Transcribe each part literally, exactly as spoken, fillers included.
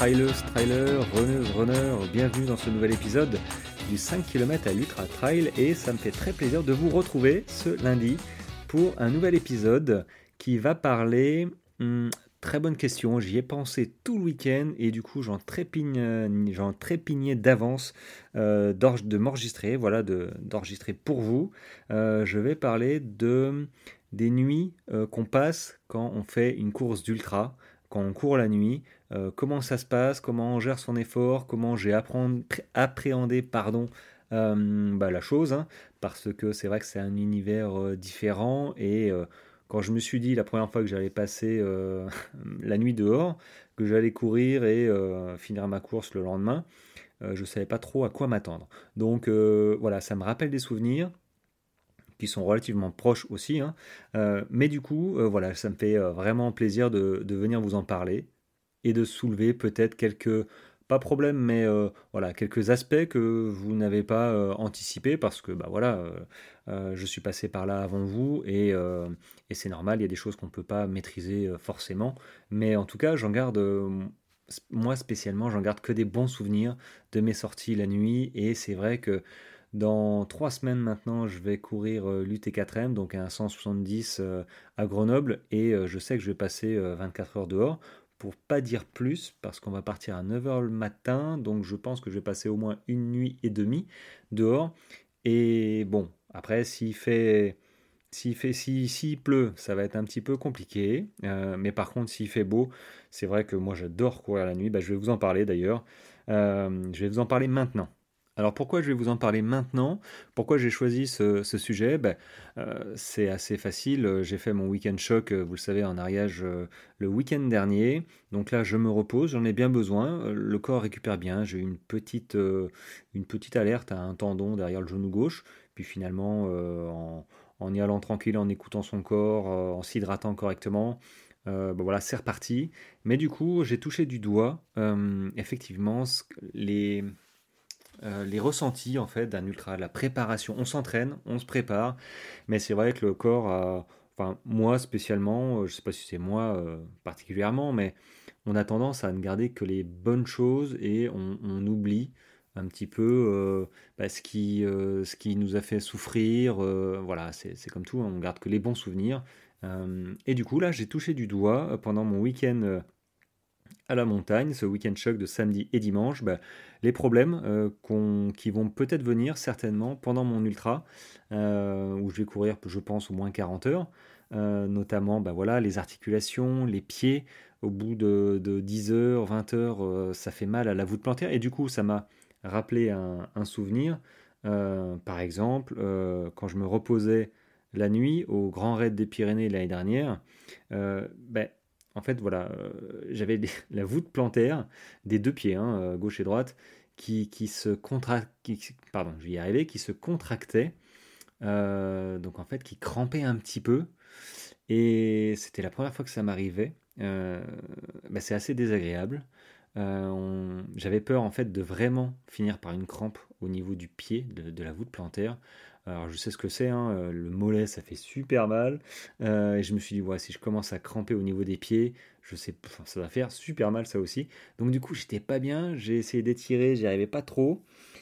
trailers, trailers, runners, runners, bienvenue dans ce nouvel épisode du cinq kilomètres à l'Ultra Trail et ça me fait très plaisir de vous retrouver ce lundi pour un nouvel épisode qui va parler, hum, très bonne question, j'y ai pensé tout le week-end et du coup j'en trépigne, j'en trépignais d'avance euh, de m'enregistrer, voilà, de, d'enregistrer pour vous. Euh, je vais parler de, des nuits euh, qu'on passe quand on fait une course d'ultra, quand on court la nuit, euh, comment ça se passe, comment on gère son effort, comment j'ai apprendre- appréhendé pardon, euh, bah, la chose, hein, parce que c'est vrai que c'est un univers euh, différent et euh, quand je me suis dit la première fois que j'allais passer euh, la nuit dehors, que j'allais courir et euh, finir ma course le lendemain, euh, je ne savais pas trop à quoi m'attendre. Donc euh, voilà, ça me rappelle des souvenirs qui sont relativement proches aussi, hein. Euh, mais du coup, euh, voilà, ça me fait euh, vraiment plaisir de, de venir vous en parler et de soulever peut-être quelques, pas problèmes, mais euh, voilà, quelques aspects que vous n'avez pas euh, anticipés parce que bah, voilà, euh, euh, je suis passé par là avant vous et, euh, et c'est normal, il y a des choses qu'on ne peut pas maîtriser euh, forcément. Mais en tout cas, j'en garde, euh, moi spécialement, j'en garde que des bons souvenirs de mes sorties la nuit et c'est vrai que dans trois semaines maintenant, je vais courir euh, l'U T quatre M, donc un cent soixante-dix euh, à Grenoble, et euh, je sais que je vais passer euh, vingt-quatre heures dehors, pour pas dire plus, parce qu'on va partir à neuf heures le matin, donc je pense que je vais passer au moins une nuit et demie dehors. Et bon, après, s'il fait, s'il fait, si, s'il pleut, ça va être un petit peu compliqué, euh, mais par contre, s'il fait beau, c'est vrai que moi j'adore courir la nuit, bah, je vais vous en parler d'ailleurs. Euh, je vais vous en parler maintenant. Alors pourquoi je vais vous en parler maintenant? Pourquoi j'ai choisi ce, ce sujet? Ben, euh, c'est assez facile. J'ai fait mon week-end choc, euh, vous le savez, en Ariège euh, le week-end dernier. Donc là, je me repose, j'en ai bien besoin. Euh, Le corps récupère bien. J'ai eu une petite, euh, une petite alerte à un tendon derrière le genou gauche. Puis finalement, euh, en, en y allant tranquille, en écoutant son corps, euh, en s'hydratant correctement, euh, ben voilà, c'est reparti. Mais du coup, j'ai touché du doigt, euh, effectivement, ce que- les euh, les ressentis en fait d'un ultra, la préparation. On s'entraîne, on se prépare, mais c'est vrai que le corps, a- enfin moi spécialement, euh, je sais pas si c'est moi euh, particulièrement, mais on a tendance à ne garder que les bonnes choses et on, on oublie un petit peu euh, bah, ce qui, euh, ce qui nous a fait souffrir. Euh, voilà, c'est c'est comme tout, hein, on garde que les bons souvenirs. Euh, et du coup là, j'ai touché du doigt euh, pendant mon week-end euh, à la montagne, ce week-end choc de samedi et dimanche, bah, les problèmes euh, qu'on- qui vont peut-être venir certainement pendant mon ultra, euh, où je vais courir, je pense, au moins quarante heures, euh, notamment bah, voilà, les articulations, les pieds, au bout de, de dix heures, vingt heures, euh, ça fait mal à la voûte plantaire, et du coup, ça m'a rappelé un, un souvenir, euh, par exemple, euh, quand je me reposais la nuit au Grand Raid des Pyrénées l'année dernière, euh, ben, en fait, voilà, euh, j'avais des- la voûte plantaire des deux pieds, hein, euh, gauche et droite, qui, qui se contra... qui- pardon, je vais y arriver, qui se contractait, euh, donc en fait, qui crampait un petit peu. Et c'était la première fois que ça m'arrivait. Euh, bah, c'est assez désagréable. Euh, on- J'avais peur en fait de vraiment finir par une crampe au niveau du pied, de, de la voûte plantaire. Alors je sais ce que c'est, hein, euh, le mollet ça fait super mal. Euh, et je me suis dit, ouais, si je commence à cramper au niveau des pieds, je sais, enfin, ça va faire super mal ça aussi. Donc du coup j'étais pas bien, j'ai essayé d'étirer, j'y arrivais pas trop.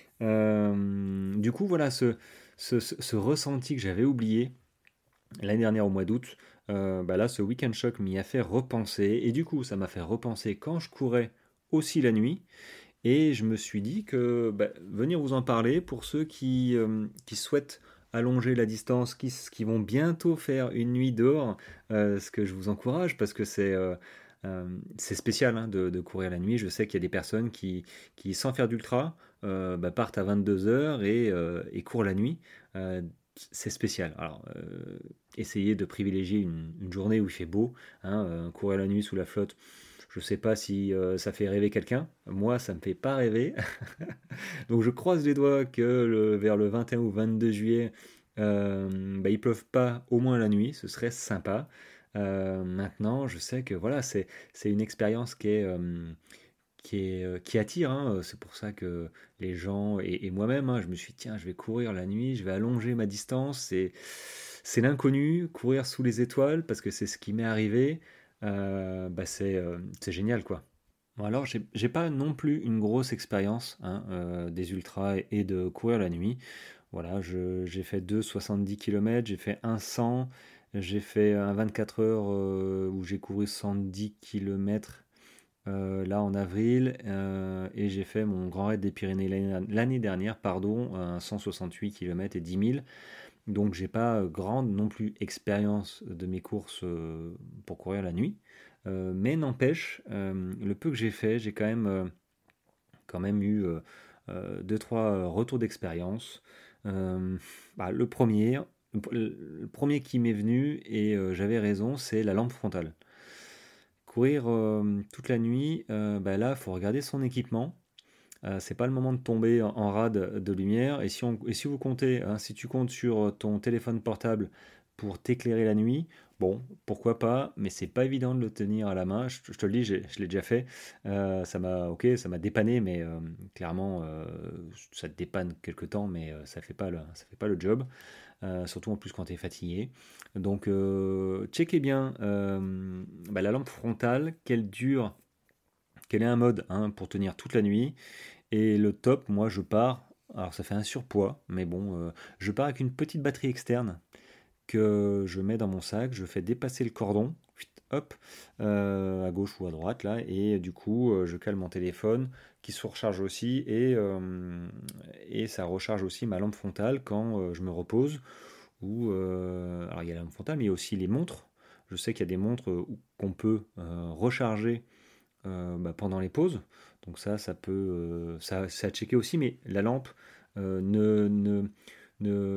Euh, du coup voilà ce, ce, ce- ce ressenti que j'avais oublié l'année dernière au mois d'août, euh, bah là, ce week-end choc m'y a fait repenser. Et du coup, ça m'a fait repenser quand je courais aussi la nuit. Et je me suis dit que bah, venir vous en parler pour ceux qui, euh, qui souhaitent allonger la distance, qui, qui vont bientôt faire une nuit dehors, euh, ce que je vous encourage parce que c'est euh, euh, c'est spécial hein, de, de courir la nuit. Je sais qu'il y a des personnes qui, qui sans faire d'ultra, euh, bah, partent à vingt-deux heures et, euh, et courent la nuit. Euh, c'est spécial. Alors, euh, essayez de privilégier une, une journée où il fait beau. Hein, euh, courir la nuit sous la flotte, je sais pas si euh, ça fait rêver quelqu'un. Moi, ça me fait pas rêver. Donc, je croise les doigts que le- vers le vingt et un ou vingt-deux juillet, euh, bah, il pleuve pas au moins la nuit. Ce serait sympa. Euh, maintenant, je sais que voilà, c'est c'est une expérience qui est euh, qui est euh, qui attire. Hein. C'est pour ça que les gens et, et moi-même, hein, je me suis dit, tiens, je vais courir la nuit, je vais allonger ma distance. C'est c'est l'inconnu, courir sous les étoiles parce que c'est ce qui m'est arrivé. Euh, bah c'est euh, c'est génial quoi. Bon, alors, j'ai j'ai pas non plus une grosse expérience, hein, euh, des ultras et, et de courir la nuit. Voilà, je- j'ai fait deux soixante-dix kilomètres, j'ai fait un cent, j'ai fait un vingt-quatre heures euh, où j'ai couru cent dix kilomètres euh, là en avril, euh, et j'ai fait mon Grand Raid des Pyrénées l'année l'année dernière, pardon, un cent soixante-huit kilomètres et dix mille. Donc j'ai pas euh, grande non plus expérience de mes courses euh, pour courir la nuit. Euh, mais n'empêche, euh, le peu que j'ai fait, j'ai quand même, euh, quand même eu euh, euh, deux, trois euh, retours d'expérience. Euh, bah, le premier, le premier qui m'est venu, et euh, j'avais raison, c'est la lampe frontale. Courir euh, toute la nuit, euh, bah là, il faut regarder son équipement. Euh, c'est pas le moment de tomber en, en rade de lumière. Et si, on, et si vous comptez, hein, si tu comptes sur ton téléphone portable pour t'éclairer la nuit, bon, pourquoi pas, mais c'est pas évident de le tenir à la main. Je, je te le dis, j'ai- je l'ai déjà fait. Euh, ça m'a, ok, ça m'a dépanné, mais euh, clairement, euh, ça te dépanne quelque temps, mais euh, ça fait pas le, ça fait pas le job. Euh, surtout en plus quand tu es fatigué. Donc, euh, checkez bien euh, bah, la lampe frontale, qu'elle dure, qu'elle ait un mode, hein, pour tenir toute la nuit. Et le top, moi je pars, alors ça fait un surpoids, mais bon, euh, je pars avec une petite batterie externe que je mets dans mon sac, je fais dépasser le cordon, hop, euh, à gauche ou à droite là, et du coup euh, je cale mon téléphone qui se recharge aussi, et, euh, et ça recharge aussi ma lampe frontale quand euh, je me repose. Ou euh, alors il y a la lampe frontale, mais il y a aussi les montres. Je sais qu'il y a des montres euh, qu'on peut euh, recharger euh, bah, pendant les pauses. Donc ça, ça peut, euh, ça, c'est à checker aussi. Mais la lampe, euh, ne, ne, ne,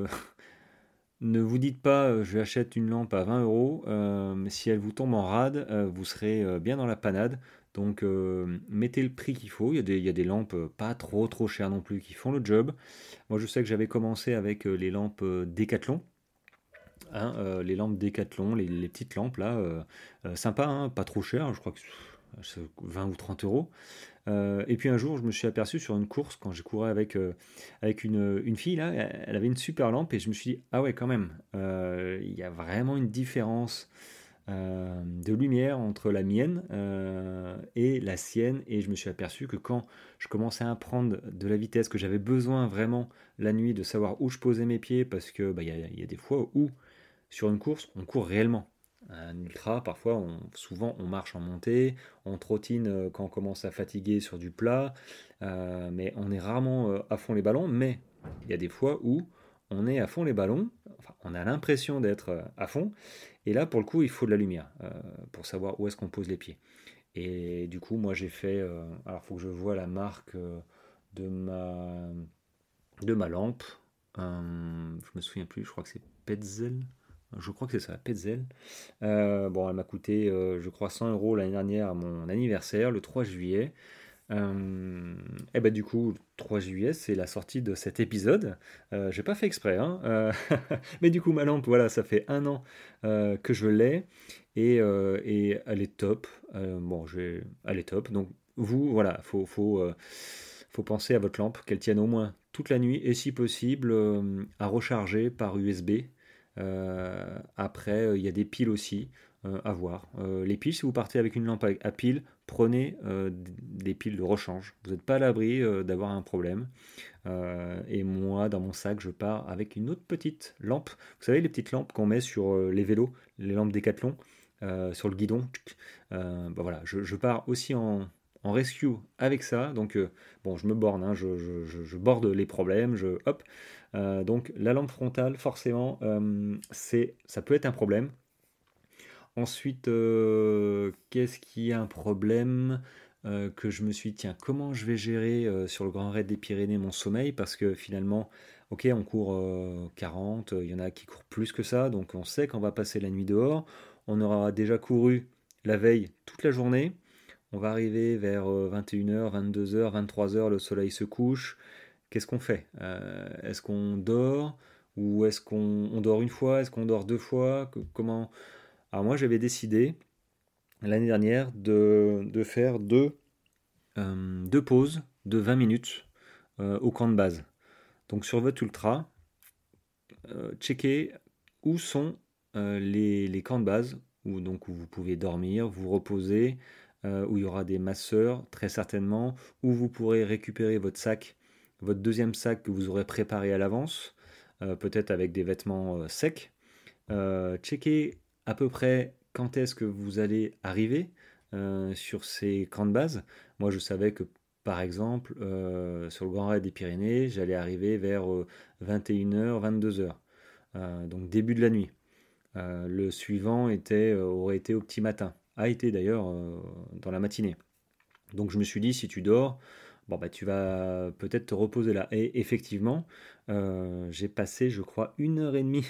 ne vous dites pas, euh, je achète une lampe à vingt euros. Euh, si elle vous tombe en rade, euh, vous serez euh, bien dans la panade. Donc euh, mettez le prix qu'il faut. Il y a des, il y a des lampes euh, pas trop trop chères non plus qui font le job. Moi, je sais que j'avais commencé avec euh, les lampes euh, Decathlon. Hein, euh, les lampes Decathlon, les, les petites lampes là, euh, euh, sympa, hein, pas trop cher, je crois que c'est vingt ou trente euros. Euh, et puis un jour, je me suis aperçu sur une course, quand j'ai couru avec, euh, avec une, une fille, là, elle avait une super lampe, et je me suis dit, ah ouais, quand même, euh, il y a vraiment une différence euh, de lumière entre la mienne euh, et la sienne. Et je me suis aperçu que quand je commençais à prendre de la vitesse, que j'avais besoin vraiment la nuit de savoir où je posais mes pieds, parce que bah, il y a, il y a des fois où sur une course, on court réellement. Un ultra, parfois, on- souvent, on marche en montée, on trottine euh, quand on commence à fatiguer sur du plat, euh, mais on est rarement euh, à fond les ballons. Mais il y a des fois où on est à fond les ballons, enfin, on a l'impression d'être euh, à fond, et là, pour le coup, il faut de la lumière euh, pour savoir où est-ce qu'on pose les pieds. Et du coup, moi, j'ai fait. Euh, alors, il faut que je vois la marque euh, de ma, de ma lampe. Euh, je me souviens plus, je crois que c'est Petzl. Je crois que c'est ça, Petzl. Euh, bon, elle m'a coûté, euh, je crois, cent euros l'année dernière à mon anniversaire, le trois juillet. Euh, et ben du coup, le trois juillet, c'est la sortie de cet épisode. Euh, j'ai pas fait exprès, hein. Euh, mais du coup, ma lampe, voilà, ça fait un an euh, que je l'ai, et, euh, et elle est top. Euh, bon, j'ai, elle est top. Donc vous, voilà, faut, faut, euh, faut penser à votre lampe, qu'elle tienne au moins toute la nuit, et si possible, euh, à recharger par U S B. Euh, après, euh, il y a des piles aussi euh, à voir. Euh, les piles, si vous partez avec une lampe à, à piles, prenez euh, des piles de rechange. Vous n'êtes pas à l'abri euh, d'avoir un problème. Euh, et moi, dans mon sac, je pars avec une autre petite lampe. Vous savez, les petites lampes qu'on met sur euh, les vélos, les lampes Décathlon, euh, sur le guidon. Euh, bah voilà, je, je pars aussi en, en rescue avec ça. Donc, euh, bon, je me borne, hein, je, je, je, je borde les problèmes, je, hop. Euh, donc, la lampe frontale, forcément, euh, c'est, ça peut être un problème. Ensuite, euh, qu'est-ce qui est un problème euh, que je me suis dit, tiens, comment je vais gérer euh, sur le Grand Raid des Pyrénées mon sommeil? Parce que finalement, ok, on court euh, quarante, il y en a qui courent plus que ça, donc on sait qu'on va passer la nuit dehors. On aura déjà couru la veille toute la journée. On va arriver vers euh, vingt et une heures, vingt-deux heures, vingt-trois heures, le soleil se couche. Qu'est-ce qu'on fait? Euh, Est-ce qu'on dort? Ou est-ce qu'on on dort une fois? Est-ce qu'on dort deux fois? Que- Comment? Alors moi j'avais décidé l'année dernière de, de faire deux, euh, deux pauses de vingt minutes euh, au camp de base. Donc sur votre ultra, euh, checkez où sont euh, les, les camps de base où, donc, où vous pouvez dormir, vous reposer. euh, où il y aura des masseurs, très certainement, où vous pourrez récupérer votre sac, votre deuxième sac que vous aurez préparé à l'avance, euh, peut-être avec des vêtements euh, secs. Euh, checkez à peu près quand est-ce que vous allez arriver euh, sur ces camps de base. Moi, je savais que, par exemple, euh, sur le Grand Raid des Pyrénées, j'allais arriver vers euh, vingt et une heures, vingt-deux heures, euh, donc début de la nuit. Euh, le suivant était, euh, aurait été au petit matin, a été d'ailleurs euh, dans la matinée. Donc je me suis dit, si tu dors, bon bah tu vas peut-être te reposer là. Et effectivement, euh, j'ai passé, je crois, une heure et demie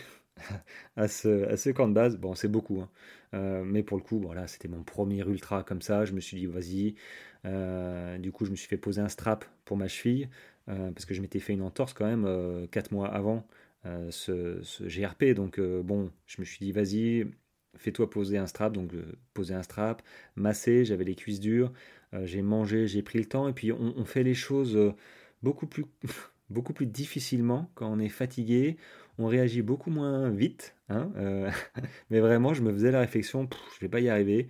à ce, à ce camp de base. Bon, c'est beaucoup, hein. Euh, mais pour le coup, voilà, c'était mon premier ultra comme ça. Je me suis dit, vas-y. Euh, du coup, je me suis fait poser un strap pour ma cheville, euh, parce que je m'étais fait une entorse quand même euh, quatre mois avant euh, ce, ce G R P. Donc, euh, bon, je me suis dit, vas-y, fais-toi poser un strap. Donc, euh, poser un strap, masser, j'avais les cuisses dures. Euh, j'ai mangé, j'ai pris le temps. Et puis, on, on fait les choses euh, beaucoup plus, beaucoup plus difficilement quand on est fatigué. On réagit beaucoup moins vite, hein, euh, mais vraiment, je me faisais la réflexion, pff, je vais pas y arriver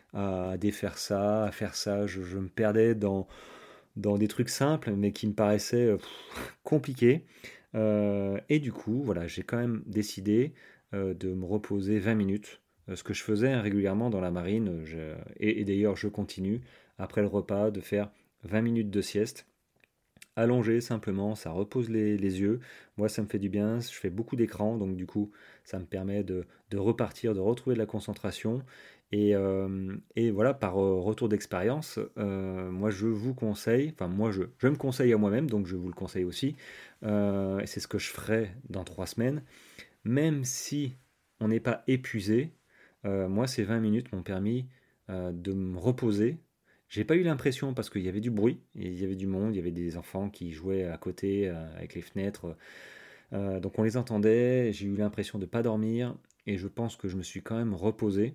à défaire ça, à faire ça. Je, je me perdais dans, dans des trucs simples, mais qui me paraissaient euh, pff, compliqués. Euh, et du coup, voilà, j'ai quand même décidé euh, de me reposer vingt minutes, euh, ce que je faisais hein, régulièrement dans la marine. Je- et, et d'ailleurs, je continue après le repas de faire vingt minutes de sieste allongé simplement, ça repose les, les yeux. Moi, ça me fait du bien. Je fais beaucoup d'écran, donc du coup, ça me permet de, de repartir, de retrouver de la concentration. Et, euh, et voilà, par euh, retour d'expérience, euh, moi, je vous conseille, enfin, moi, je, je me conseille à moi-même, donc je vous le conseille aussi. Euh, et c'est ce que je ferai dans trois semaines. Même si on n'est pas épuisé, euh, moi, ces vingt minutes m'ont permis euh, de me reposer. J'ai pas eu l'impression parce qu'il y avait du bruit, il y avait du monde, il y avait des enfants qui jouaient à côté euh, avec les fenêtres. Euh, donc on les entendait, j'ai eu l'impression de pas dormir et je pense que je me suis quand même reposé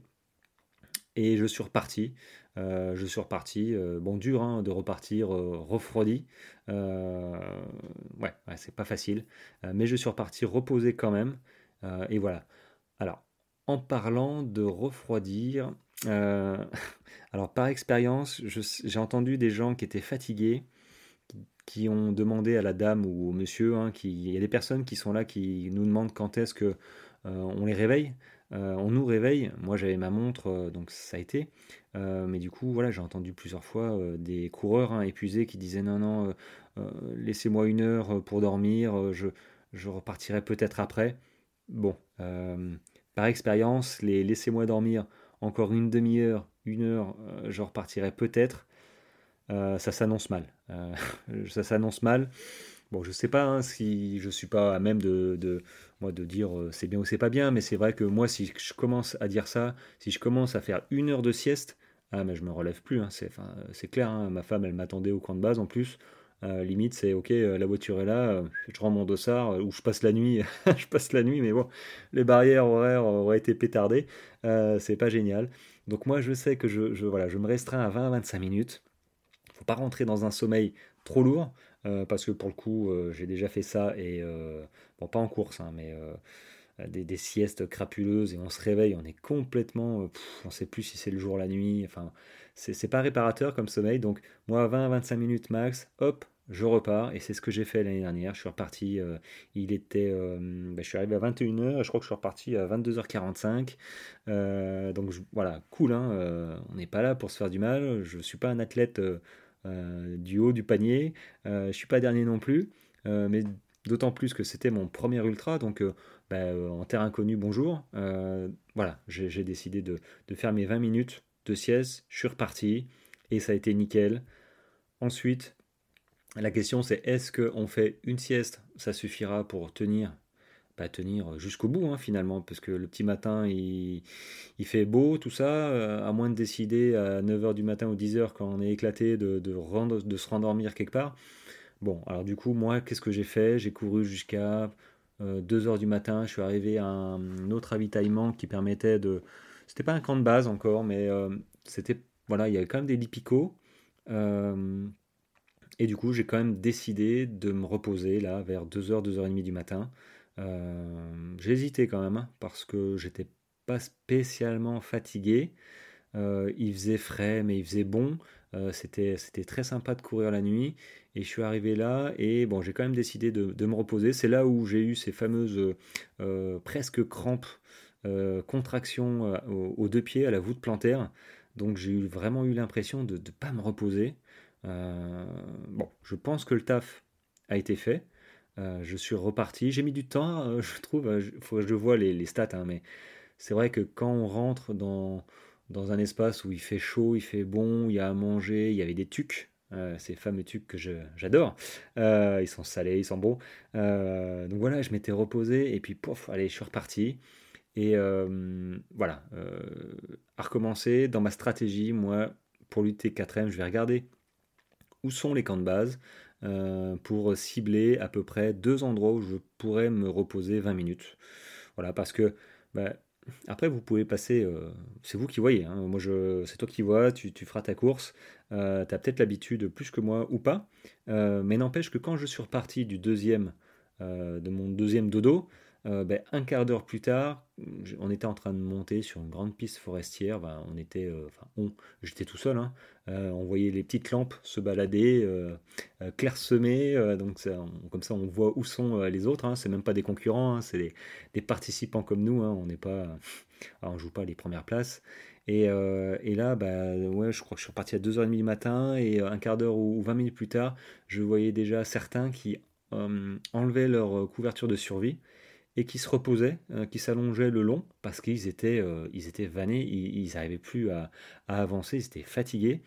et je suis reparti. Euh, je suis reparti, euh, bon dur hein, de repartir euh, refroidi. Euh, ouais, ouais, c'est pas facile, Euh, mais je suis reparti reposé quand même. Euh, et voilà. Alors, en parlant de refroidir, euh, alors par expérience, je- j'ai entendu des gens qui étaient fatigués, qui, qui ont demandé à la dame ou au monsieur, hein, qui, il y a des personnes qui sont là qui nous demandent quand est-ce que euh, on les réveille. Euh, on nous réveille. Moi, j'avais ma montre, euh, donc ça a été. Euh, mais du coup, voilà, j'ai entendu plusieurs fois euh, des coureurs hein, épuisés qui disaient non, non, euh, euh, laissez-moi une heure euh, pour dormir. euh, je, je repartirai peut-être après. Bon, euh, par expérience, les laissez-moi dormir encore une demi-heure, une heure, euh, je repartirai peut-être. Euh, ça s'annonce mal. Euh, ça s'annonce mal. Bon, je sais pas hein, si je suis pas à même de, de, moi, de dire euh, c'est bien ou c'est pas bien, mais c'est vrai que moi, si je commence à dire ça, si je commence à faire une heure de sieste, ah, mais je me relève plus. Hein, c'est, enfin, c'est clair. Hein, ma femme, elle m'attendait au camp de base en plus. Euh, limite, c'est ok, euh, la voiture est là, euh, je rends mon dossard, euh, ou je passe la nuit, je passe la nuit, mais bon, les barrières horaires auraient été pétardées, euh, c'est pas génial. Donc moi, je sais que je, je, voilà, je me restreins à vingt à vingt-cinq minutes. Faut pas rentrer dans un sommeil trop lourd, euh, parce que pour le coup, euh, j'ai déjà fait ça, et euh, bon, pas en course, hein, mais euh, des, des siestes crapuleuses, et on se réveille, on est complètement, euh, pff, on sait plus si c'est le jour, la nuit, enfin, c'est c'est pas réparateur comme sommeil, donc moi, vingt à vingt-cinq minutes max, hop, je repars, et c'est ce que j'ai fait l'année dernière, je suis reparti, euh, il était, euh, bah, je suis arrivé à vingt et une heures, je crois que je suis reparti à vingt-deux heures quarante-cinq, euh, donc je- voilà, cool, hein, euh, on n'est pas là pour se faire du mal, je suis pas un athlète euh, euh, du haut du panier, euh, je suis pas dernier non plus, euh, mais d'autant plus que c'était mon premier ultra, donc euh, bah, euh, en terre inconnue, bonjour. Euh, voilà, j'ai j'ai décidé de, de faire mes vingt minutes de sieste, je suis reparti et ça a été nickel. Ensuite, la question c'est est-ce qu'on fait une sieste, ça suffira pour tenir bah, tenir jusqu'au bout hein, finalement, parce que le petit matin il, il fait beau, tout ça, euh, à moins de décider à neuf heures du matin ou dix heures quand on est éclaté de, de, rendre, de se rendormir quelque part. Bon, alors du coup, moi, qu'est-ce que j'ai fait? J'ai couru jusqu'à euh, deux heures du matin. Je suis arrivé à un autre ravitaillement qui permettait de. C'était pas un camp de base encore, mais euh, c'était. Voilà, il y avait quand même des lits picots. Euh, et du coup, j'ai quand même décidé de me reposer là vers deux heures, deux heures trente du matin. Euh, j'ai hésité quand même, hein, parce que j'étais pas spécialement fatigué. Euh, il faisait frais, mais il faisait bon. Euh, c'était, c'était très sympa de courir la nuit. Et je suis arrivé là et bon, j'ai quand même décidé de, de me reposer. C'est là où j'ai eu ces fameuses euh, presque crampes, euh, contractions euh, aux, aux deux pieds, à la voûte plantaire. Donc j'ai eu, vraiment eu l'impression de ne pas me reposer. Euh, bon, je pense que le taf a été fait. Euh, je suis reparti. J'ai mis du temps, euh, je trouve. Il faut que je vois les, les stats, hein, mais c'est vrai que quand on rentre dans, dans un espace où il fait chaud, il fait bon, il y a à manger, il y avait des tucs, euh, ces fameux tucs que je- j'adore. Euh, ils sont salés, ils sont bons. Euh, donc voilà, je m'étais reposé et puis pouf, allez, je suis reparti. Et euh, voilà, euh, à recommencer dans ma stratégie, moi, pour lutter quatrième, je vais regarder où sont les camps de base euh, pour cibler à peu près deux endroits où je pourrais me reposer vingt minutes. Voilà, parce que bah, après, vous pouvez passer, euh, c'est vous qui voyez, hein. Moi, je, c'est toi qui vois, tu, tu feras ta course, euh, tu as peut-être l'habitude plus que moi ou pas, euh, mais n'empêche que quand je suis reparti du deuxième, euh, de mon deuxième dodo, euh, ben, un quart d'heure plus tard, j- on était en train de monter sur une grande piste forestière. Ben, on était, euh, enfin, on, j'étais tout seul, hein. Euh, on voyait les petites lampes se balader, euh, euh, clairsemées, euh, donc ça, on- comme ça on voit où sont euh, les autres, hein. C'est même pas des concurrents, hein, c'est des, des participants comme nous, hein. On n'est pas, alors, on joue pas les premières places. Et, euh, et là, bah, ouais, je crois que je suis reparti à deux heures trente du matin et euh, un quart d'heure ou, ou vingt minutes plus tard, je voyais déjà certains qui euh, enlevaient leur euh, couverture de survie et qui se reposaient, euh, qui s'allongeaient le long parce qu'ils étaient, euh, ils étaient vannés, ils n'arrivaient plus à, à avancer, ils étaient fatigués.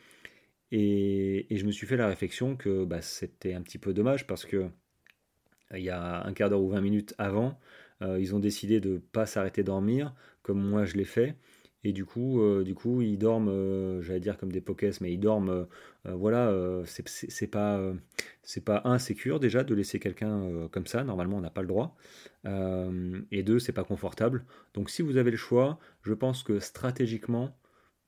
Et, et je me suis fait la réflexion que bah, c'était un petit peu dommage parce que il y a un quart d'heure ou vingt minutes avant, euh, ils ont décidé de ne pas s'arrêter dormir, comme moi je l'ai fait. Et du coup, euh, du coup ils dorment, euh, j'allais dire comme des pokés, mais ils dorment, euh, euh, voilà, euh, c'est c'est- c'est pas, euh, c'est pas insécure déjà de laisser quelqu'un euh, comme ça, normalement on n'a pas le droit. Euh, et deux, c'est pas confortable. Donc si vous avez le choix, je pense que stratégiquement,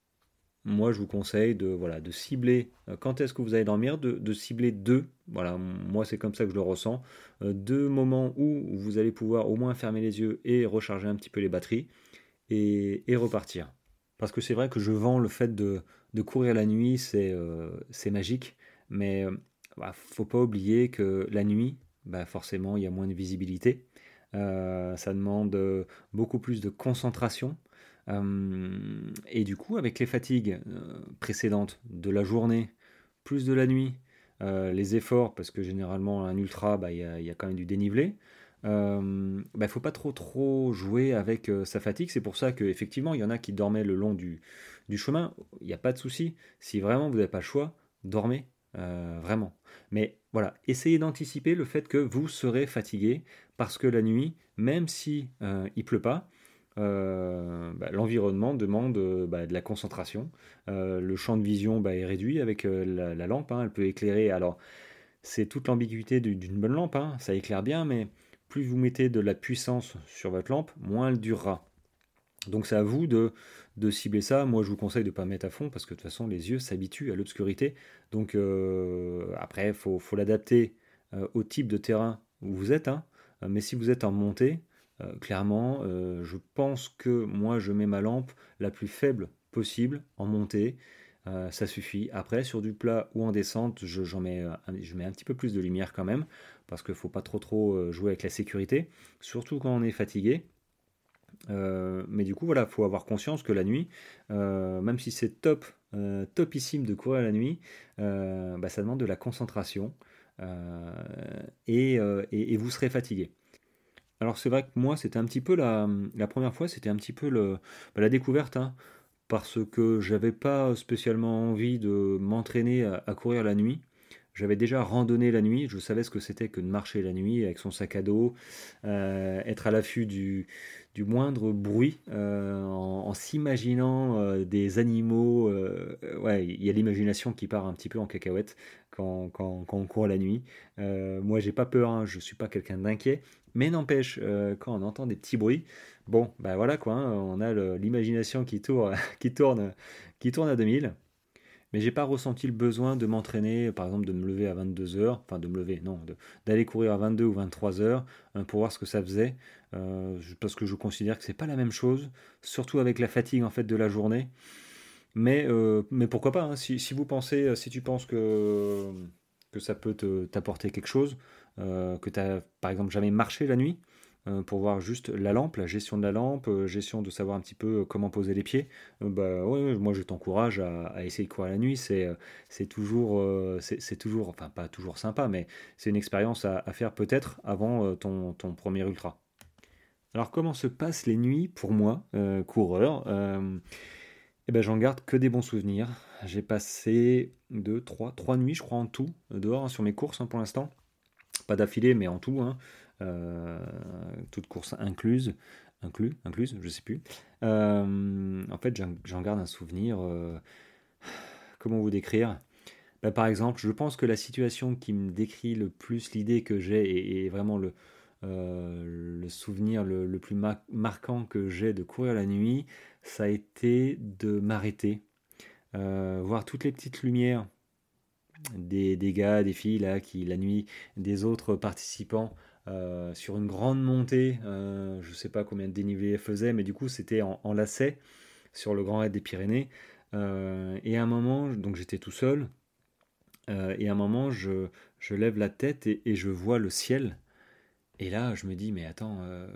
moi, je vous conseille de, voilà, de cibler euh, quand est-ce que vous allez dormir, de, de cibler deux, voilà, moi c'est comme ça que je le ressens, euh, deux moments où vous allez pouvoir au moins fermer les yeux et recharger un petit peu les batteries et, et repartir. Parce que c'est vrai que je vends le fait de, de courir la nuit, c'est euh, c'est magique, mais euh, bah, faut pas oublier que la nuit, bah, forcément, il y a moins de visibilité. Euh, ça demande euh, beaucoup plus de concentration. Euh, et du coup, avec les fatigues euh, précédentes de la journée, plus de la nuit, euh, les efforts, parce que généralement, un ultra, bah, il y a, il y a quand même du dénivelé. Euh, bah, faut pas trop trop jouer avec euh, sa fatigue. C'est pour ça qu'effectivement, il y en a qui dormaient le long du, du chemin. Il n'y a pas de souci. Si vraiment vous n'avez pas le choix, dormez. Euh, vraiment. Mais voilà, essayez d'anticiper le fait que vous serez fatigué parce que la nuit, même si euh, il pleut pas, euh, bah, l'environnement demande euh, bah, de la concentration. Euh, le champ de vision bah, est réduit avec euh, la, la lampe, hein. Elle peut éclairer. Alors, c'est toute l'ambiguïté du- d'une bonne lampe, hein. Ça éclaire bien, mais plus vous mettez de la puissance sur votre lampe, moins elle durera. Donc c'est à vous de, de cibler ça. Moi, je vous conseille de ne pas mettre à fond parce que de toute façon, les yeux s'habituent à l'obscurité. Donc euh, après, il faut, faut l'adapter euh, au type de terrain où vous êtes, hein. Euh, Mais si vous êtes en montée, euh, clairement, euh, je pense que moi, je mets ma lampe la plus faible possible en montée. Euh, ça suffit. Après, sur du plat ou en descente, je, j'en mets, euh, un- je mets un petit peu plus de lumière quand même parce qu'il ne faut pas trop trop euh, jouer avec la sécurité, surtout quand on est fatigué. Euh, mais du coup, voilà, faut avoir conscience que la nuit, euh, même si c'est top, euh, topissime de courir la nuit, euh, bah, ça demande de la concentration euh, et, euh, et- et vous serez fatigué. Alors c'est vrai que moi, c'était un petit peu la, la première fois, c'était un petit peu le, bah, la découverte, hein, parce que j'avais pas spécialement envie de m'entraîner à, à courir la nuit. J'avais déjà randonné la nuit, je savais ce que c'était que de marcher la nuit avec son sac à dos, euh, être à l'affût du, du moindre bruit, euh, en, en s'imaginant euh, des animaux. Euh, euh, ouais, il y a l'imagination qui part un petit peu en cacahuète quand, quand, quand on court la nuit. Euh, moi, j'ai pas peur, hein, je suis pas quelqu'un d'inquiet, mais n'empêche, euh, quand on entend des petits bruits, bon, ben voilà quoi, hein, on a le- l'imagination qui tourne, qui tourne, qui tourne à deux mille. Mais j'ai pas ressenti le besoin de m'entraîner, par exemple de me lever à vingt-deux heures, enfin de me lever, non, de- d'aller courir à vingt-deux ou vingt-trois heures hein, pour voir ce que ça faisait, euh, je- parce que je considère que c'est pas la même chose, surtout avec la fatigue en fait de la journée. Mais, euh, mais pourquoi pas, hein, si, si vous pensez, si tu penses que, que ça peut te- t'apporter quelque chose, euh, que tu as par exemple jamais marché la nuit, euh, pour voir juste la lampe, la gestion de la lampe, euh, gestion de savoir un petit peu comment poser les pieds, euh, bah ouais, ouais, moi je t'encourage à, à essayer de courir la nuit. C'est, euh, c'est toujours, euh, c'est, c'est toujours, enfin pas toujours sympa, mais c'est une expérience à, à faire peut-être avant euh, ton, ton premier ultra. Alors comment se passent les nuits pour moi, euh, coureur? Euh, eh ben, j'en garde que des bons souvenirs. J'ai passé deux, trois, trois nuits, je crois, en tout, euh, dehors, hein, sur mes courses, hein, pour l'instant. Pas d'affilée, mais en tout, hein. Euh, toutes courses incluses, inclus, incluses, je sais plus. Euh, en fait, j'en j'en garde un souvenir. Euh, comment vous décrire? Bah, par exemple, je pense que la situation qui me décrit le plus l'idée que j'ai et, et vraiment le, euh, le souvenir le, le plus mar- marquant que j'ai de courir la nuit, ça a été de m'arrêter, euh, voir toutes les petites lumières des, des gars, des filles là, qui la nuit, des autres participants euh, sur une grande montée. Euh, je sais pas combien de dénivelé elle faisait, mais du coup c'était en, en lacet sur le Grand Raid des Pyrénées. Euh, et à un moment, donc j'étais tout seul, euh, et à un moment je, je lève la tête et, et je vois le ciel. Et là je me dis, mais attends, euh,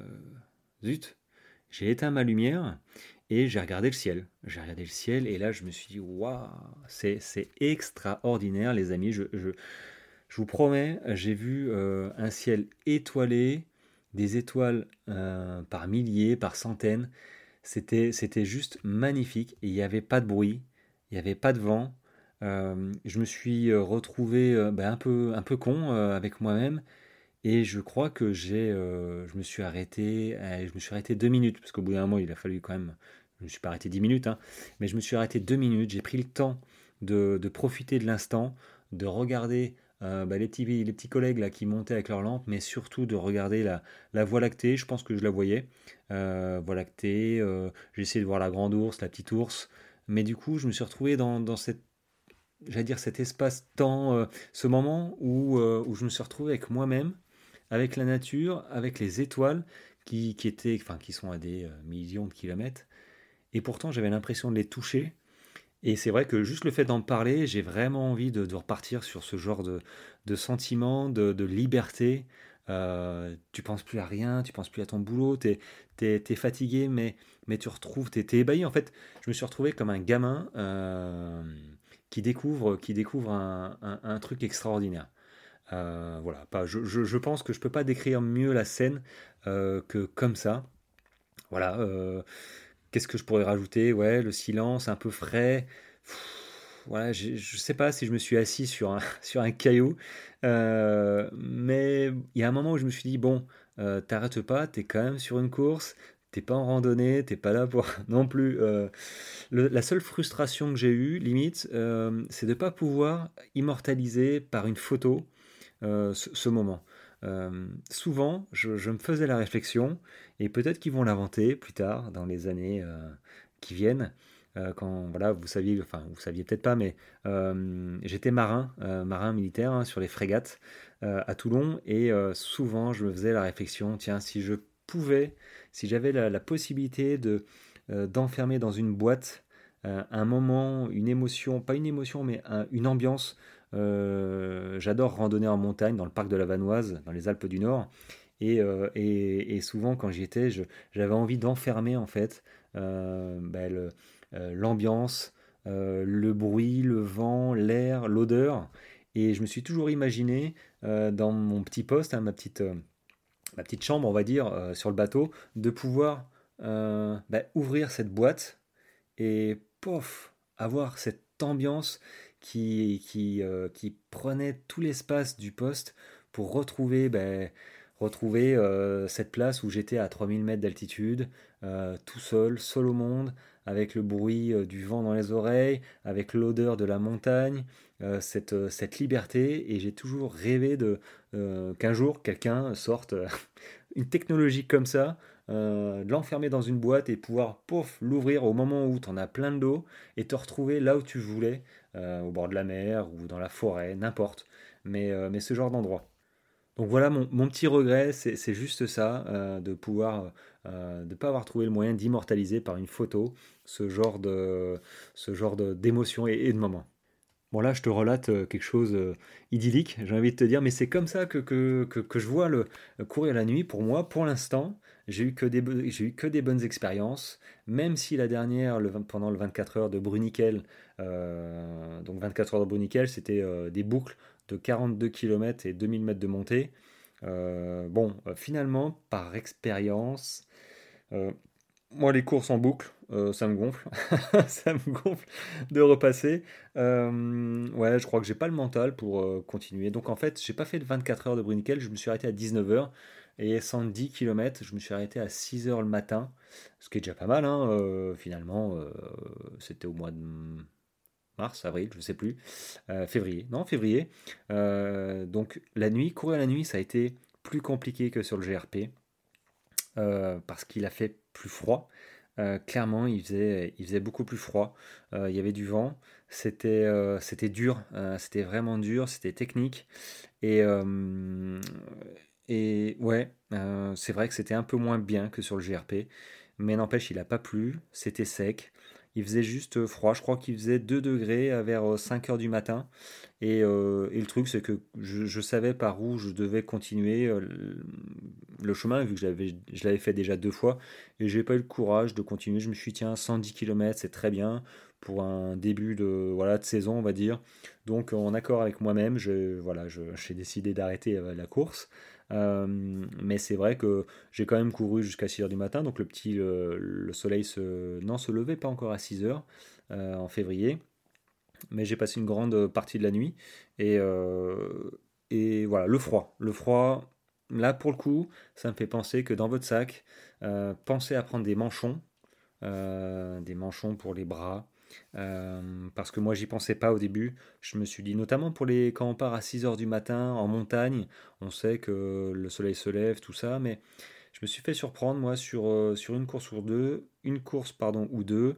zut, j'ai éteint ma lumière et j'ai regardé le ciel. J'ai regardé le ciel et là je me suis dit, waouh, c'est, c'est extraordinaire les amis. Je, je, je vous promets, j'ai vu euh, un ciel étoilé, des étoiles euh, par milliers, par centaines. C'était, c'était juste magnifique. Et il n'y avait pas de bruit, il n'y avait pas de vent. Euh, je me suis euh, retrouvé euh, ben, un peu, un peu con euh, avec moi-même. Et je crois que j'ai, euh, je me suis arrêté, euh, je me suis arrêté deux minutes, parce qu'au bout d'un moment, il a fallu quand même, je ne me suis pas arrêté dix minutes, hein, mais je me suis arrêté deux minutes. J'ai pris le temps de, de profiter de l'instant, de regarder euh, bah, les petits, les petits collègues là qui montaient avec leurs lampes, mais surtout de regarder la, la Voie lactée. Je pense que je la voyais, euh, Voie lactée. Euh, j'ai essayé de voir la grande ours, la petite ours, mais du coup, je me suis retrouvé dans, dans cette, j'allais dire cet espace-temps, euh, ce moment où, euh, où je me suis retrouvé avec moi-même, avec la nature, avec les étoiles qui, qui étaient, enfin, qui sont à des euh, millions de kilomètres. Et pourtant, j'avais l'impression de les toucher. Et c'est vrai que juste le fait d'en parler, j'ai vraiment envie de, de repartir sur ce genre de, de sentiment, de, de liberté. Euh, tu penses plus à rien, tu penses plus à ton boulot, t'es, t'es, t'es fatigué, mais, mais tu retrouves, t'es, t'es ébahi. En fait, je me suis retrouvé comme un gamin euh, qui découvre, qui découvre un, un, un truc extraordinaire. Euh, voilà, pas, je, je, je pense que je peux pas décrire mieux la scène euh, que comme ça. Voilà. Euh, qu'est-ce que je pourrais rajouter? Ouais, le silence, un peu frais. Pff, voilà, je, je sais pas si je me suis assis sur un, sur un caillou, euh, mais il y a un moment où je me suis dit bon, euh, t'arrêtes pas, t'es quand même sur une course. T'es pas en randonnée, t'es pas là pour non plus. Euh, le- la seule frustration que j'ai eue, limite, euh, c'est de ne pas pouvoir immortaliser par une photo euh, ce, ce moment. Euh, souvent, je, je me faisais la réflexion, et peut-être qu'ils vont l'inventer plus tard, dans les années euh, qui viennent. Euh, quand voilà, vous saviez, enfin vous saviez peut-être pas, mais euh, j'étais marin, euh, marin militaire hein, sur les frégates euh, à Toulon, et euh, souvent je me faisais la réflexion, tiens, si je pouvais, si j'avais la, la possibilité de euh, d'enfermer dans une boîte euh, un moment, une émotion, pas une émotion, mais un- une ambiance. Euh, j'adore randonner en montagne dans le parc de la Vanoise, dans les Alpes du Nord. Et, euh, et- et souvent, quand j'y étais, je- j'avais envie d'enfermer en fait euh, bah, le- euh, l'ambiance, euh, le bruit, le vent, l'air, l'odeur. Et je me suis toujours imaginé euh, dans mon petit poste, hein, ma petite, euh, ma petite chambre, on va dire, euh, sur le bateau, de pouvoir euh, bah, ouvrir cette boîte et pof, avoir cette ambiance qui, qui, euh, qui prenait tout l'espace du poste pour retrouver, ben, retrouver euh, cette place où j'étais à trois mille mètres d'altitude, euh, tout seul, seul au monde, avec le bruit euh, du vent dans les oreilles, avec l'odeur de la montagne, euh, cette, euh, cette liberté. Et j'ai toujours rêvé de, euh, qu'un jour quelqu'un sorte euh, une technologie comme ça, euh, l'enfermer dans une boîte et pouvoir, pouf, l'ouvrir au moment où tu en as plein d'eau et te retrouver là où tu voulais, euh, au bord de la mer ou dans la forêt, n'importe. Mais, euh, mais ce genre d'endroit. Donc voilà, mon, mon petit regret, c'est c'est juste ça, euh, de pouvoir, euh, de pas avoir trouvé le moyen d'immortaliser par une photo ce genre de, ce genre de- d'émotions et, et de moments. Bon là, je te relate euh, quelque chose euh, idyllique, j'ai envie de te dire, mais c'est comme ça que, que, que, que je vois le euh, courir la nuit. Pour moi, pour l'instant, j'ai eu que des, bo- j'ai eu que des bonnes expériences, même si la dernière, le, vingt pendant le vingt-quatre heures de Bruniquel, euh, donc vingt-quatre heures de Bruniquel, c'était euh, des boucles de quarante-deux kilomètres et deux mille mètres de montée. Euh, bon, euh, finalement, par expérience, euh, moi, les courses en boucle, euh, ça me gonfle. Ça me gonfle de repasser. Euh, ouais, je crois que j'ai pas le mental pour euh, continuer. Donc en fait, j'ai pas fait de vingt-quatre heures de Bruniquel, je me suis arrêté à dix-neuf heures. Et cent dix kilomètres, je me suis arrêté à six heures le matin. Ce qui est déjà pas mal, hein, euh, finalement. Euh, c'était au mois de mars, avril, je sais plus. Euh, février. Non, février. Euh, donc la nuit, courir la nuit, ça a été plus compliqué que sur le G R P euh, parce qu'il a fait plus froid. Euh, clairement, il faisait, il faisait beaucoup plus froid. Euh, il y avait du vent. C'était euh, c'était dur. Euh, c'était vraiment dur. C'était technique. Et, euh, et ouais, euh, c'est vrai que c'était un peu moins bien que sur le G R P. Mais n'empêche, il n'a pas plu. C'était sec. Il faisait juste froid. Je crois qu'il faisait deux degrés euh, vers cinq heures du matin. Et, euh, et le truc, c'est que je, je savais par où je devais continuer euh, le, le chemin, vu que j'avais, je l'avais fait déjà deux fois, et j'ai pas eu le courage de continuer. Je me suis dit, tiens, cent dix kilomètres, c'est très bien pour un début de, voilà, de saison, on va dire. Donc, en accord avec moi-même, je, voilà, je, j'ai décidé d'arrêter euh, la course. Euh, mais c'est vrai que j'ai quand même couru jusqu'à six heures du matin, donc le petit le, le soleil se, non, se levait pas encore à six heures euh, en février, mais j'ai passé une grande partie de la nuit. Et, euh, et voilà, le froid. Le froid, là pour le coup, ça me fait penser que dans votre sac, euh, pensez à prendre des manchons, euh, des manchons pour les bras. Euh, parce que moi j'y pensais pas au début. Je me suis dit, notamment pour les quand on part à six heures du matin en montagne, on sait que le soleil se lève, tout ça, mais je me suis fait surprendre, moi, sur, euh, sur une course ou deux, une course, pardon, ou deux,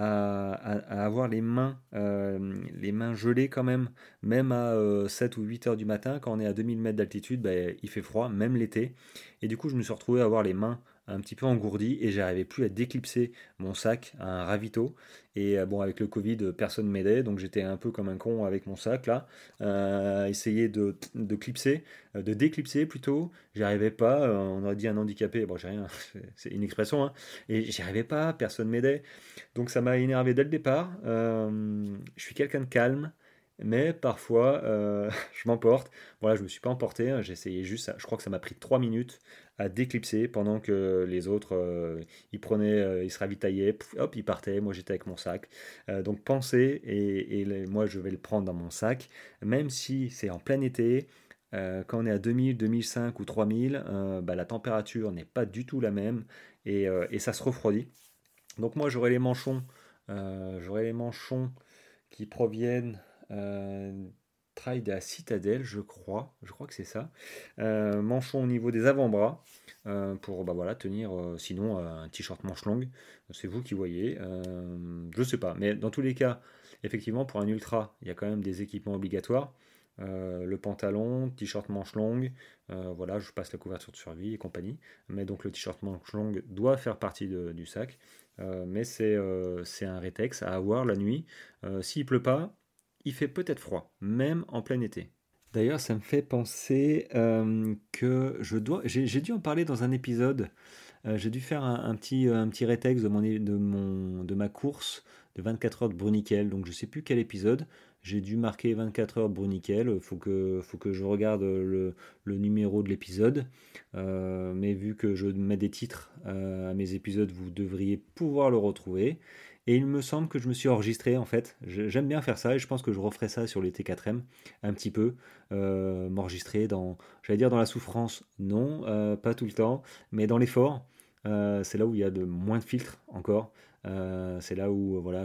à, à- à avoir les mains, euh, les mains gelées quand même, même à euh, sept ou huit heures du matin, quand on est à deux mille mètres d'altitude, ben, il fait froid, même l'été. Et du coup, je me suis retrouvé à avoir les mains un petit peu engourdies et j'arrivais plus à déclipser mon sac à un ravito. Et euh, bon, avec le Covid, euh, personne m'aidait, donc j'étais un peu comme un con avec mon sac là, euh, essayer de, de clipser, euh, de déclipser plutôt. J'y arrivais pas, euh, on aurait dit un handicapé, bon j'ai rien, c'est une expression, hein, et j'y arrivais pas, personne m'aidait, donc ça m'a énervé dès le départ. Euh, je suis quelqu'un de calme, mais parfois euh, je m'emporte. Voilà, je me suis pas emporté, hein, j'ai essayé juste, je crois que ça m'a pris trois minutes à déclipser pendant que les autres, euh, ils prenaient, euh, ils se ravitaillaient, pouf, hop, ils partaient, moi j'étais avec mon sac. Euh, donc pensez, et, et les- moi je vais le prendre dans mon sac, même si c'est en plein été, euh, quand on est à deux mille, deux mille cinq ou trois mille, euh, bah, la température n'est pas du tout la même et, euh, et ça se refroidit. Donc moi j'aurai les manchons, euh, j'aurai les manchons qui proviennent euh, trail de la Citadelle, je crois, je crois que c'est ça. Euh, manchons au niveau des avant-bras euh, pour bah, voilà, tenir, euh, sinon euh, un t-shirt manche longue, c'est vous qui voyez. Euh, je sais pas, mais dans tous les cas, effectivement pour un ultra, il y a quand même des équipements obligatoires. Euh, le pantalon, t-shirt manche longue, euh, voilà, je passe la couverture de survie et compagnie. Mais donc le t-shirt manche longue doit faire partie de- du sac. Euh, mais c'est euh, c'est un rétex à avoir la nuit. Euh, S'il pleut pas, il fait peut-être froid, même en plein été. D'ailleurs, ça me fait penser euh, que je dois. J'ai j'ai dû en parler dans un épisode. Euh, j'ai dû faire un, un petit, un petit rétex de, mon, é- de, mon, de ma course de vingt-quatre heures de Bruniquel. Donc je sais plus quel épisode. J'ai dû marquer vingt-quatre heures de Bruniquel. Il faut que, faut que je regarde le, le numéro de l'épisode. Euh, mais vu que je mets des titres euh, à mes épisodes, vous devriez pouvoir le retrouver. Et il me semble que je me suis enregistré en fait. Je- J'aime bien faire ça et je pense que je referai ça sur les T quatre M un petit peu. Euh, m'enregistrer dans, j'allais dire dans la souffrance, non, euh, pas tout le temps, mais dans l'effort. Euh, c'est là où il y a de moins de filtres encore. Euh, c'est là où euh, voilà,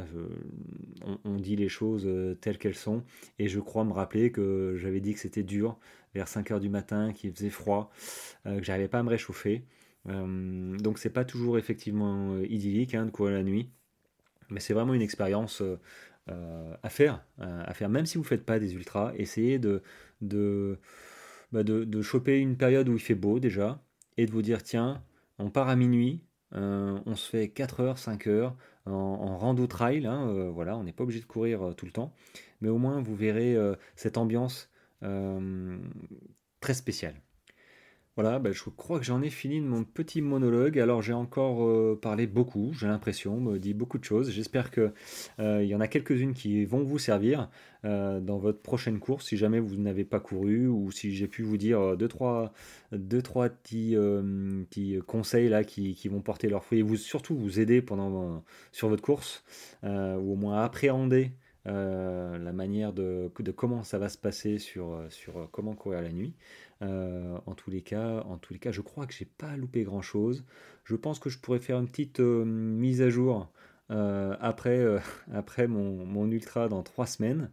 je- on, on dit les choses euh, telles qu'elles sont. Et je crois me rappeler que j'avais dit que c'était dur vers cinq heures du matin, qu'il faisait froid, euh, que j'arrivais pas à me réchauffer. Euh, donc c'est pas toujours effectivement euh, idyllique hein, de courir la nuit, mais c'est vraiment une expérience euh, euh, à faire, euh, à faire. Même si vous ne faites pas des ultras, essayez de, de, bah, de, de choper une période où il fait beau déjà, et de vous dire tiens, on part à minuit, euh, on se fait quatre heures, cinq heures en, en rando trail, hein, euh, voilà, on n'est pas obligé de courir euh, tout le temps, mais au moins vous verrez euh, cette ambiance euh, très spéciale. Voilà, bah, je crois que j'en ai fini de mon petit monologue. Alors j'ai encore euh, parlé beaucoup, j'ai l'impression, me dit beaucoup de choses. J'espère que euh, il y en a quelques-unes qui vont vous servir euh, dans votre prochaine course, si jamais vous n'avez pas couru ou si j'ai pu vous dire euh, deux trois, deux, trois petits, euh, petits conseils là qui, qui vont porter leurs fruits et vous surtout vous aider pendant sur votre course euh, ou au moins appréhender. euh, la manière de, de comment ça va se passer sur, sur comment courir la nuit. Euh, en tous les cas, en tous les cas, je crois que j'ai pas loupé grand chose. Je pense que je pourrais faire une petite euh, mise à jour euh, après, euh, après mon, mon ultra dans trois semaines.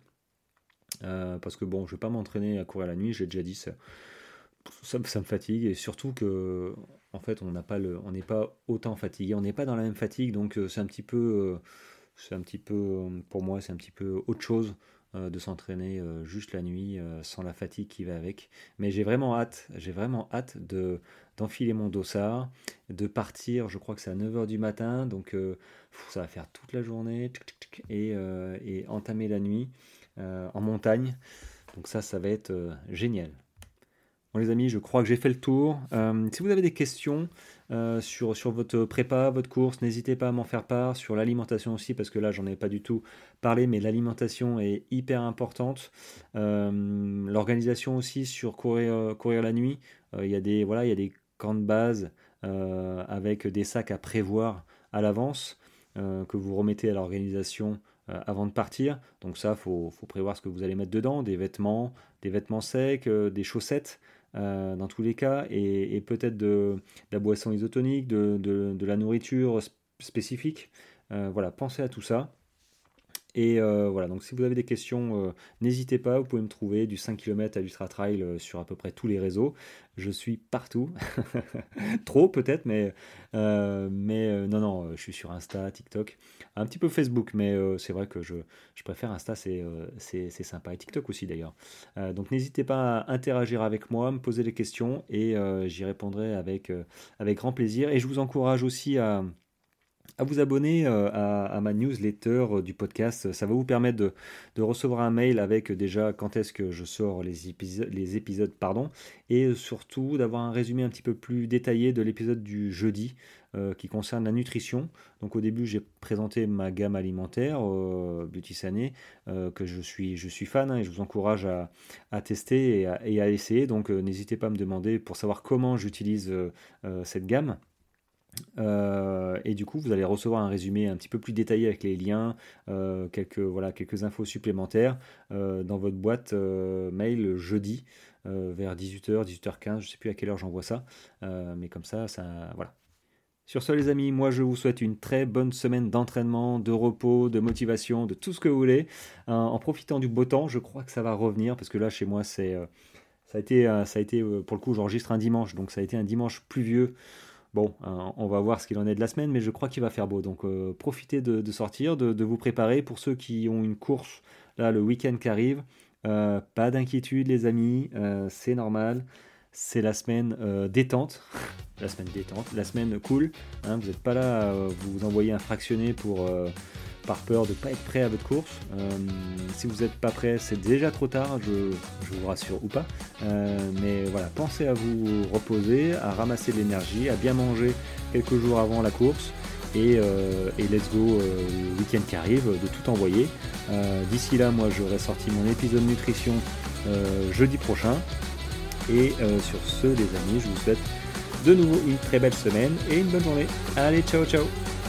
Euh, parce que bon, je vais pas m'entraîner à courir la nuit, j'ai déjà dit ça, ça, ça me fatigue et surtout que en fait on n'a pas le, on n'est pas autant fatigué, on n'est pas dans la même fatigue, donc euh, c'est un petit peu, euh, c'est un petit peu, euh, pour moi c'est un petit peu autre chose euh, de s'entraîner euh, juste la nuit euh, sans la fatigue qui va avec. Mais j'ai vraiment hâte, j'ai vraiment hâte de d'enfiler mon dossard, de partir. Je crois que c'est à neuf heures du matin, donc euh, pff, ça va faire toute la journée tchic, tchic, tchic, et, euh, et entamer la nuit euh, en montagne. Donc ça, ça va être euh, génial. Bon les amis, je crois que j'ai fait le tour. Euh, si vous avez des questions euh, sur, sur votre prépa, votre course, n'hésitez pas à m'en faire part. Sur l'alimentation aussi, parce que là, j'en ai pas du tout parlé, mais l'alimentation est hyper importante. Euh, L'organisation aussi sur courir, euh, courir la nuit. Euh, Il y a des, voilà, il y a des camps de base euh, avec des sacs à prévoir à l'avance euh, que vous remettez à l'organisation euh, avant de partir. Donc ça, il faut, faut prévoir ce que vous allez mettre dedans, des vêtements, des vêtements secs, euh, des chaussettes. Euh, dans tous les cas, et, et peut-être de, de la boisson isotonique, de, de, de la nourriture spécifique. Euh, voilà, pensez à tout ça. Et euh, voilà, donc si vous avez des questions, euh, n'hésitez pas, vous pouvez me trouver du cinq kilomètres à l'Ultra Trail euh, sur à peu près tous les réseaux. Je suis partout. Trop peut-être, mais, euh, mais euh, non, non, je suis sur Insta, TikTok, un petit peu Facebook, mais euh, c'est vrai que je, je préfère Insta, c'est, euh, c'est, c'est sympa, et TikTok aussi d'ailleurs. Euh, donc n'hésitez pas à interagir avec moi, me poser des questions, et euh, j'y répondrai avec, euh, avec grand plaisir. Et je vous encourage aussi à à vous abonner euh, à, à ma newsletter euh, du podcast. Ça va vous permettre de, de recevoir un mail avec euh, déjà quand est-ce que je sors les épisodes, les épisodes pardon, et surtout d'avoir un résumé un petit peu plus détaillé de l'épisode du jeudi euh, qui concerne la nutrition. Donc au début j'ai présenté ma gamme alimentaire euh, Beauty Sané euh, que je suis, je suis fan hein, et je vous encourage à, à tester et à, et à essayer. Donc euh, n'hésitez pas à me demander pour savoir comment j'utilise euh, euh, cette gamme. Euh, et du coup, vous allez recevoir un résumé un petit peu plus détaillé avec les liens, euh, quelques, voilà, quelques infos supplémentaires euh, dans votre boîte euh, mail jeudi euh, vers dix-huit heures, dix-huit heures quinze, je ne sais plus à quelle heure j'envoie ça, euh, mais comme ça, ça, voilà. Sur ce les amis, moi je vous souhaite une très bonne semaine d'entraînement, de repos, de motivation, de tout ce que vous voulez, euh, en profitant du beau temps. Je crois que ça va revenir, parce que là chez moi, c'est, euh, ça a été, euh, ça a été euh, pour le coup, j'enregistre un dimanche, donc ça a été un dimanche pluvieux. Bon, euh, on va voir ce qu'il en est de la semaine, mais je crois qu'il va faire beau. Donc euh, profitez de, de sortir, de, de vous préparer. Pour ceux qui ont une course, là, le week-end qui arrive, euh, pas d'inquiétude les amis, euh, c'est normal. C'est la semaine euh, détente, la semaine détente, la semaine cool. Hein, vous n'êtes pas là, euh, vous vous envoyez un fractionné pour, euh, par peur de ne pas être prêt à votre course. Euh, si vous n'êtes pas prêt, c'est déjà trop tard, je, je vous rassure ou pas. Euh, mais voilà, pensez à vous reposer, à ramasser de l'énergie, à bien manger quelques jours avant la course. Et, euh, et let's go euh, le week-end qui arrive, de tout envoyer. Euh, d'ici là, moi j'aurai sorti mon épisode nutrition euh, jeudi prochain. Et euh, sur ce, les amis, je vous souhaite de nouveau une très belle semaine et une bonne journée. Allez, ciao, ciao!